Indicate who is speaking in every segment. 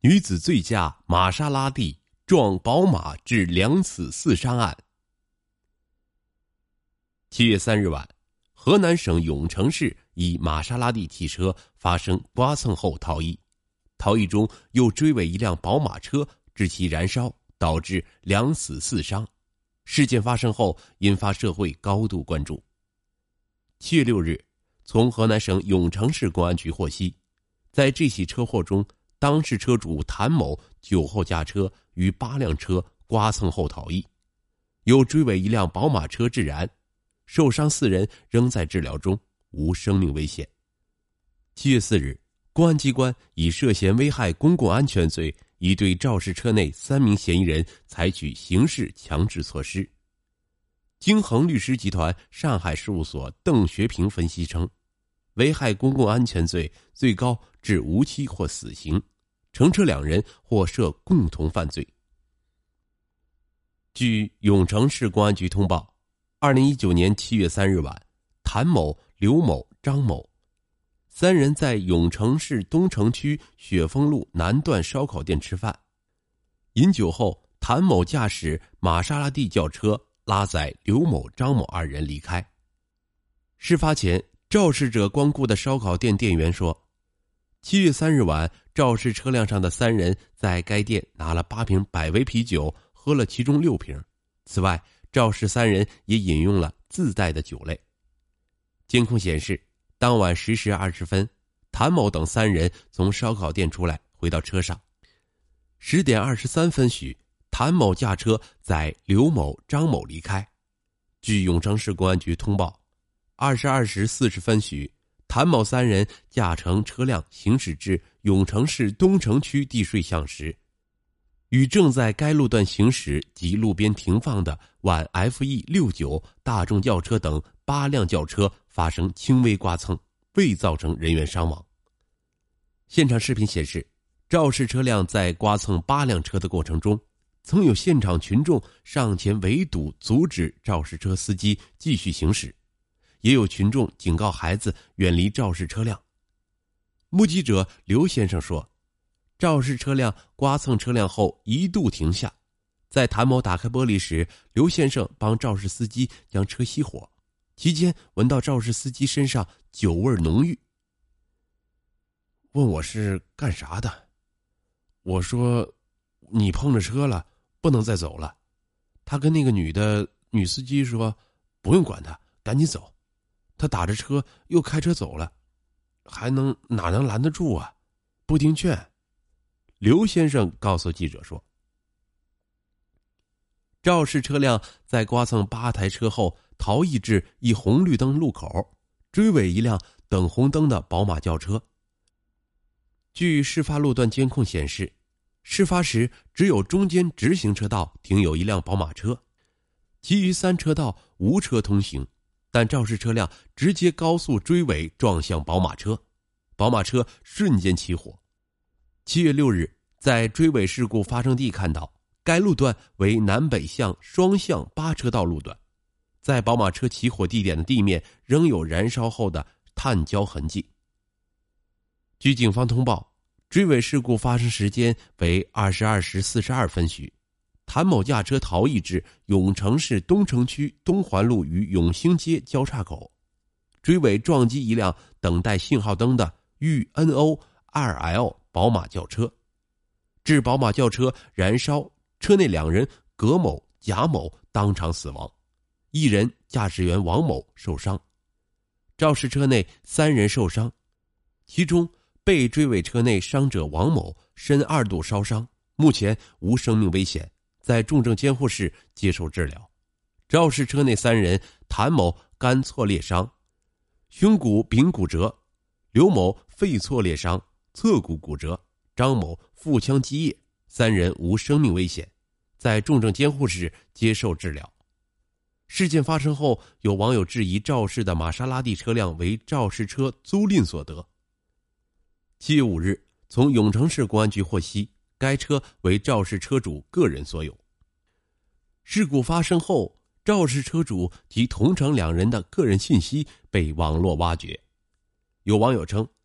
Speaker 1: 女子醉驾玛莎拉蒂撞宝马致2死4伤案。7月3日晚，河南省永城市以玛莎拉蒂汽车发生刮蹭后逃逸，逃逸中又追尾一辆宝马车，致其燃烧，导致2死4伤。事件发生后，引发社会高度关注。7月6日，从河南省永城市公安局获悉，在这起车祸中，当事车主谭某酒后驾车与8辆车刮蹭后逃逸，又追尾一辆宝马车致燃，受伤4人仍在治疗中，无生命危险。7月4日，公安机关以涉嫌危害公共安全罪，已对肇事车内3名嫌疑人采取刑事强制措施。京恒律师集团上海事务所邓学平分析称，危害公共安全罪最高至无期或死刑，乘车2人或涉共同犯罪。据永城市公安局通报，2019年7月3日晚，谭某、刘某、张某3人在永城市东城区雪峰路南段烧烤店吃饭。饮酒后，谭某驾驶玛莎拉蒂轿车拉载刘某、张某2人离开。事发前，肇事者光顾的烧烤店店员说，7月3日晚，肇事车辆上的3人在该店拿了8瓶百威啤酒，喝了其中6瓶。此外，肇事3人也饮用了自带的酒类。监控显示，当晚10时20分，谭某等3人从烧烤店出来，回到车上。10点23分许，谭某驾车载刘某、张某离开。据永城市公安局通报，22时40分许，谭某3人驾乘车辆行驶至永城市东城区地税巷时，与正在该路段行驶及路边停放的皖 FE69 大众轿车等8辆轿车发生轻微刮蹭，未造成人员伤亡。现场视频显示，肇事车辆在刮蹭8辆车的过程中，曾有现场群众上前围堵阻止肇事车司机继续行驶，也有群众警告孩子远离肇事车辆。目击者刘先生说，肇事车辆刮蹭车辆后一度停下，在谭某打开玻璃时，刘先生帮肇事司机将车熄火，期间闻到肇事司机身上酒味浓郁。问我是干啥的，我说你碰着车了，不能再走了。他跟那个女司机说，不用管他，赶紧走。他打着车又开车走了，哪能拦得住啊？不听劝。刘先生告诉记者说，肇事车辆在刮蹭8台车后逃逸至一红绿灯路口，追尾一辆等红灯的宝马轿车。据事发路段监控显示，事发时只有中间直行车道停有一辆宝马车，其余3车道无车通行，但肇事车辆直接高速追尾撞向宝马车，宝马车瞬间起火。7月6日，在追尾事故发生地看到，该路段为南北向双向8车道路段，在宝马车起火地点的地面仍有燃烧后的碳焦痕迹。据警方通报，追尾事故发生时间为22时42分许，谭某驾车逃逸至永城市东城区东环路与永兴街交叉口，追尾撞击一辆等待信号灯的豫 NO2L 宝马轿车，致宝马轿车燃烧，车内2人葛某、贾某当场死亡，1人驾驶员王某受伤。肇事车内3人受伤，其中被追尾车内伤者王某身2度烧伤，目前无生命危险，在重症监护室接受治疗。肇事车内3人，谭某肝挫裂伤，胸骨柄骨折，刘某肺挫裂伤，侧骨骨折，张某腹腔积液，3人无生命危险，在重症监护室接受治疗。事件发生后，有网友质疑肇事的玛莎拉蒂车辆为肇事车租赁所得。7月5日，从永城市公安局获悉，该车为肇事车主个人所有。事故发生后，肇事车主及同乘2人的个人信息被网络挖掘。有网友称，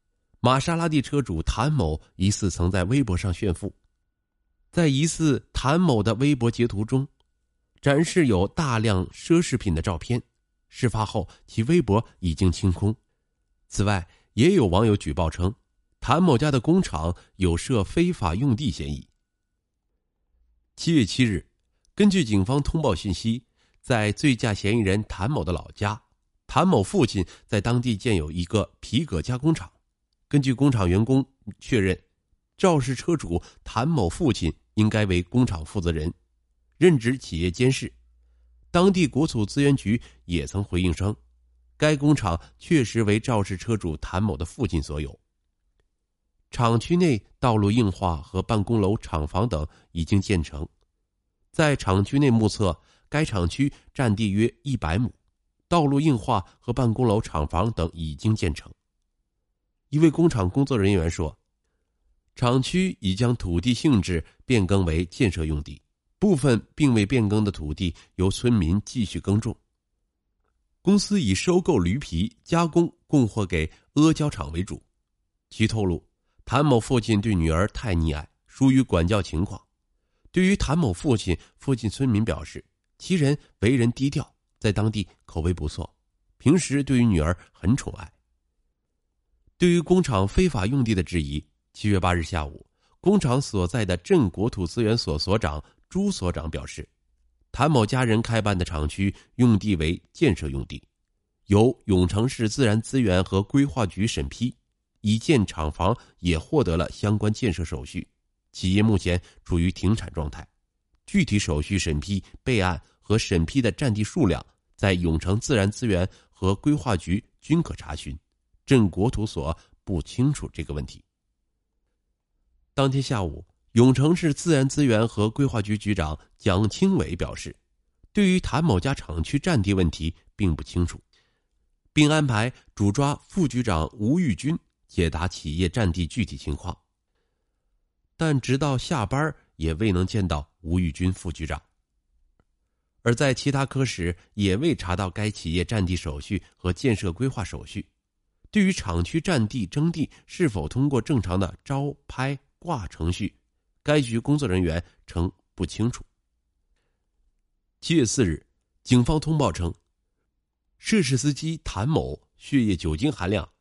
Speaker 1: 玛莎拉蒂车主谭某疑似曾在微博上炫富。在疑似谭某的微博截图中，展示有大量奢侈品的照片。事发后，其微博已经清空。此外，也有网友举报称，谭某家的工厂有涉非法用地嫌疑。7月7日，根据警方通报信息，在醉驾嫌疑人谭某的老家，谭某父亲在当地建有一个皮革加工厂。根据工厂员工确认，肇事车主谭某父亲应该为工厂负责人，任职企业监事。当地国土资源局也曾回应称，该工厂确实为肇事车主谭某的父亲所有。厂区内道路硬化和办公楼、厂房等已经建成。在厂区内目测，该厂区占地约100亩，道路硬化和办公楼、厂房等已经建成。一位工厂工作人员说，厂区已将土地性质变更为建设用地，部分并未变更的土地由村民继续耕种。公司以收购驴皮、加工供货给阿胶厂为主。其透露，谭某父亲对女儿太溺爱，疏于管教情况。对于谭某父亲，附近村民表示，其人为人低调，在当地口碑不错，平时对于女儿很宠爱。对于工厂非法用地的质疑，7月8日下午，工厂所在的镇国土资源所所长朱所长表示，谭某家人开办的厂区用地为建设用地，由永城市自然资源和规划局审批，已建厂房也获得了相关建设手续，企业目前处于停产状态。具体手续审批、备案和审批的占地数量，在永城自然资源和规划局均可查询，镇国土所不清楚这个问题。当天下午，永城市自然资源和规划局局长蒋清伟表示，对于谭某家厂区占地问题并不清楚，并安排主抓副局长吴玉军解答企业占地具体情况。但直到下班也未能见到吴玉军副局长。而在其他科室也未查到该企业占地手续和建设规划手续。对于厂区占地征地是否通过正常的招拍挂程序，该局工作人员称不清楚。7月4日，警方通报称，涉事司机谭某血液酒精含量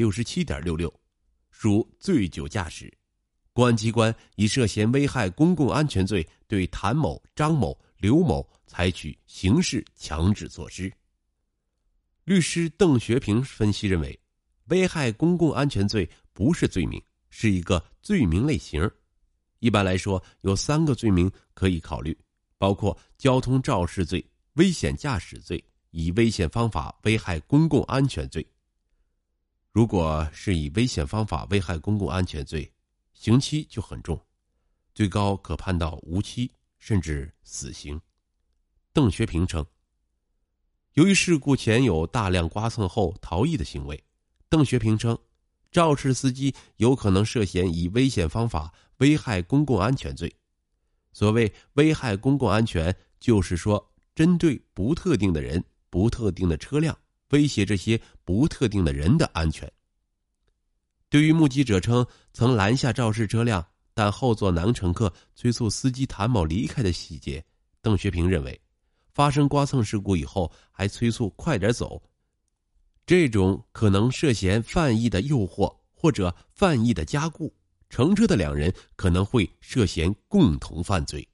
Speaker 1: 167.66， 属醉酒驾驶。公安机关以涉嫌危害公共安全罪对谭某、张某、刘某采取刑事强制措施。律师邓学平分析认为，危害公共安全罪不是罪名，是一个罪名类型。一般来说，有3个罪名可以考虑，包括交通肇事罪、危险驾驶罪、以危险方法危害公共安全罪。如果是以危险方法危害公共安全罪，刑期就很重，最高可判到无期甚至死刑。邓学平称，由于事故前有大量刮蹭后逃逸的行为，邓学平称，肇事司机有可能涉嫌以危险方法危害公共安全罪。所谓危害公共安全，就是说针对不特定的人、不特定的车辆，威胁这些不特定的人的安全。对于目击者称曾拦下肇事车辆，但后座男乘客催促司机谭某离开的细节，邓学平认为，发生刮蹭事故以后还催促快点走，这种可能涉嫌犯意的诱惑或者犯意的加固，乘车的2人可能会涉嫌共同犯罪。